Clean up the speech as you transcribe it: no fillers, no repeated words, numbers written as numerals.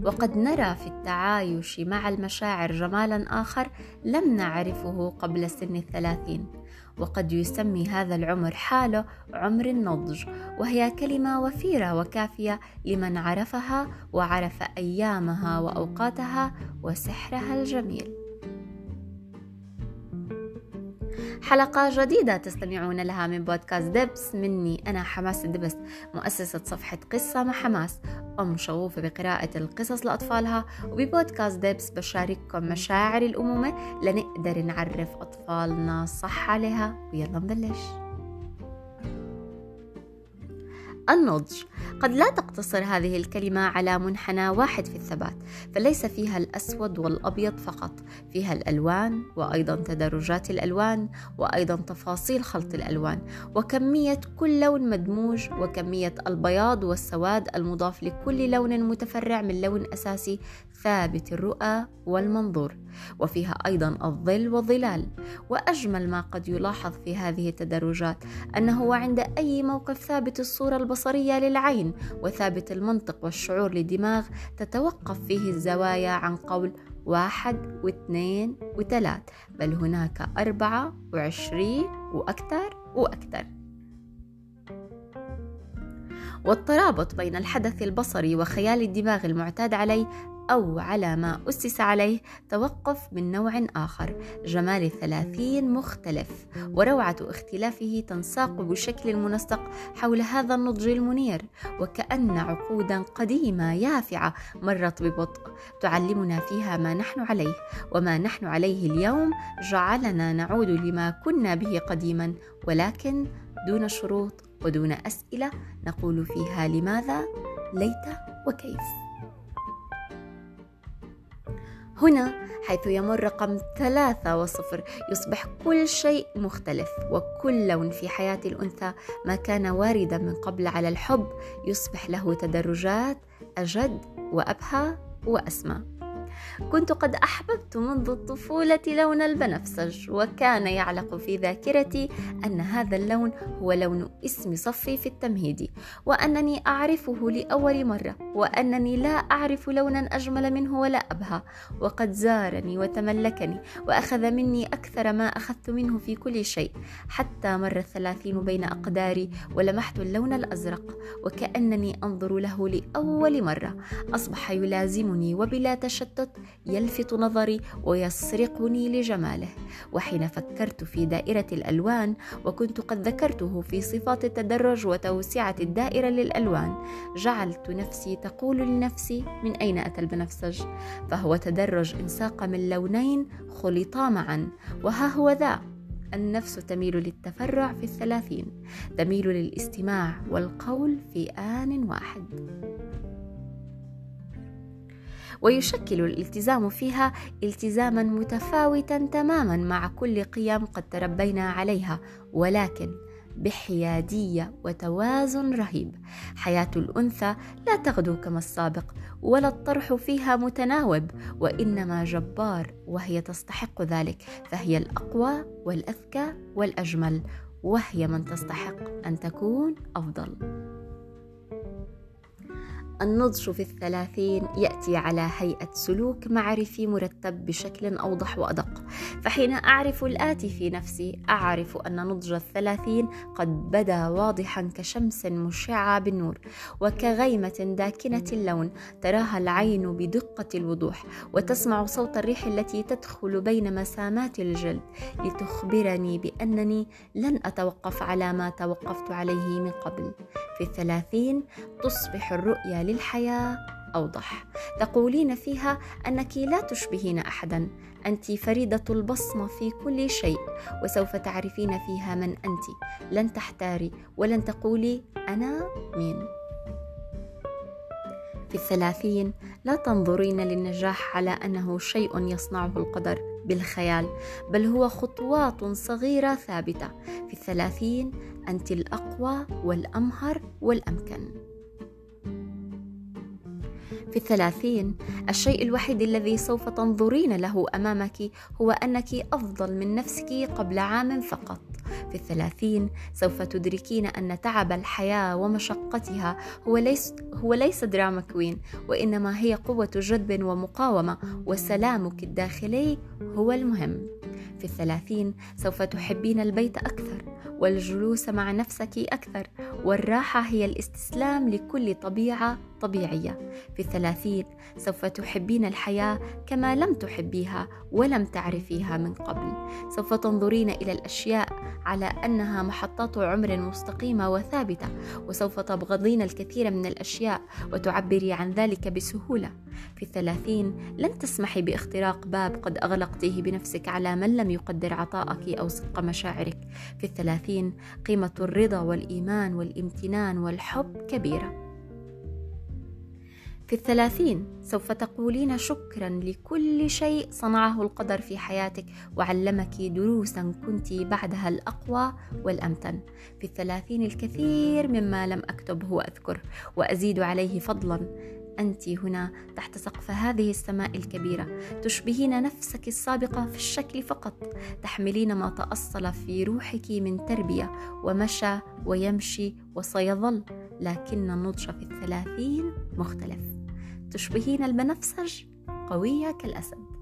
وقد نرى في التعايش مع المشاعر جمالا آخر لم نعرفه قبل سن 30. وقد يسمي هذا العمر حاله عمر النضج، وهي كلمة وفيرة وكافية لمن عرفها وعرف أيامها وأوقاتها وسحرها الجميل. حلقة جديدة تستمعون لها من بودكاست دبس، مني أنا حماس الدبس، مؤسسة صفحة قصة مع حماس، أم شغوفة بقراءة القصص لأطفالها. وببودكاست دبس بشارككم مشاعر الأمومة لنقدر نعرف أطفالنا صح عليها. ويلا نبلش. النضج قد لا تقتصر هذه الكلمة على منحنى واحد في الثبات، فليس فيها الأسود والأبيض فقط، فيها الألوان وأيضا تدرجات الألوان وأيضا تفاصيل خلط الألوان وكمية كل لون مدموج وكمية البياض والسواد المضاف لكل لون متفرع من لون أساسي ثابت الرؤى والمنظور، وفيها أيضا الظل والظلال. وأجمل ما قد يلاحظ في هذه التدرجات أنه عند أي موقف ثابت الصورة البصرية للعين وثابت المنطق والشعور للدماغ تتوقف فيه الزوايا عن قول 1 و2 و3، بل هناك 24 وأكثر. والترابط بين الحدث البصري وخيال الدماغ المعتاد عليه أو على ما أسس عليه توقف من نوع آخر. جمال 30 مختلف، وروعة اختلافه تنساق بشكل منسق حول هذا النضج المنير، وكأن عقودا قديمة يافعة مرت ببطء تعلمنا فيها ما نحن عليه. وما نحن عليه اليوم جعلنا نعود لما كنا به قديما، ولكن دون شروط ودون أسئلة نقول فيها لماذا، ليت، وكيف. هنا حيث يمر رقم 3 و0 يصبح كل شيء مختلف، وكل لون في حياة الأنثى ما كان واردا من قبل على الحب يصبح له تدرجات أجد وأبهى وأسمى. كنت قد أحببت منذ الطفولة لون البنفسج، وكان يعلق في ذاكرتي أن هذا اللون هو لون اسم صفي في التمهيدي، وأنني أعرفه لأول مرة، وأنني لا أعرف لونا أجمل منه ولا أبهى. وقد زارني وتملكني وأخذ مني أكثر ما أخذت منه في كل شيء، حتى مر 30 بين أقداري ولمحت اللون الأزرق، وكأنني أنظر له لأول مرة. أصبح يلازمني وبلا تشتت يلفت نظري ويسرقني لجماله. وحين فكرت في دائرة الألوان، وكنت قد ذكرته في صفات التدرج وتوسعة الدائرة للألوان، جعلت نفسي تقول لنفسي من أين أتى البنفسج؟ فهو تدرج انساق من لونين خلطا معا، وها هو ذا. النفس تميل للتفرع في 30، تميل للاستماع والقول في آن واحد، ويشكل الالتزام فيها التزاما متفاوتا تماما مع كل قيم قد تربينا عليها، ولكن بحيادية وتوازن رهيب. حياة الأنثى لا تغدو كما السابق، ولا الطرح فيها متناوب، وإنما جبار، وهي تستحق ذلك، فهي الأقوى والأذكى والأجمل، وهي من تستحق أن تكون أفضل. النضج في 30 يأتي على هيئة سلوك معرفي مرتب بشكل أوضح وأدق. فحين أعرف الآتي في نفسي أعرف أن نضج 30 قد بدا واضحا كشمس مشعة بالنور، وكغيمة داكنة اللون تراها العين بدقة الوضوح، وتسمع صوت الريح التي تدخل بين مسامات الجلد لتخبرني بأنني لن أتوقف على ما توقفت عليه من قبل. في 30 تصبح الرؤية للحياة أوضح، تقولين فيها أنك لا تشبهين أحدا، أنت فريدة البصمة في كل شيء، وسوف تعرفين فيها من أنت، لن تحتاري ولن تقولي أنا مين. في 30 لا تنظرين للنجاح على أنه شيء يصنعه القدر بالخيال، بل هو خطوات صغيرة ثابتة. في 30 أنت الأقوى والأمهر والأمكن. في 30 الشيء الوحيد الذي سوف تنظرين له أمامك هو أنك أفضل من نفسك قبل عام فقط، في 30 سوف تدركين أن تعب الحياة ومشقتها هو ليس دراما كوين، وإنما هي قوة جذب ومقاومة، وسلامك الداخلي هو المهم. في 30 سوف تحبين البيت أكثر، والجلوس مع نفسك أكثر، والراحة هي الاستسلام لكل طبيعة طبيعية. في 30 سوف تحبين الحياة كما لم تحبيها ولم تعرفيها من قبل. سوف تنظرين إلى الأشياء على أنها محطات عمر مستقيمة وثابتة، وسوف تبغضين الكثير من الأشياء وتعبري عن ذلك بسهولة. في 30 لن تسمحي باختراق باب قد أغلقته بنفسك على من لم يقدر عطائك أو صدق مشاعرك. في 30 قيمة الرضا والإيمان والامتنان والحب كبيرة. في 30 سوف تقولين شكرا لكل شيء صنعه القدر في حياتك وعلمك دروسا كنت بعدها الأقوى والأمتن. في 30 الكثير مما لم أكتبه وأذكر وأزيد عليه فضلا. أنت هنا تحت سقف هذه السماء الكبيرة، تشبهين نفسك السابقة في الشكل فقط، تحملين ما تأصل في روحك من تربية ومشى ويمشي وسيظل، لكن النضج في 30 مختلف. تشبهين البنفسج، قوية كالأسد.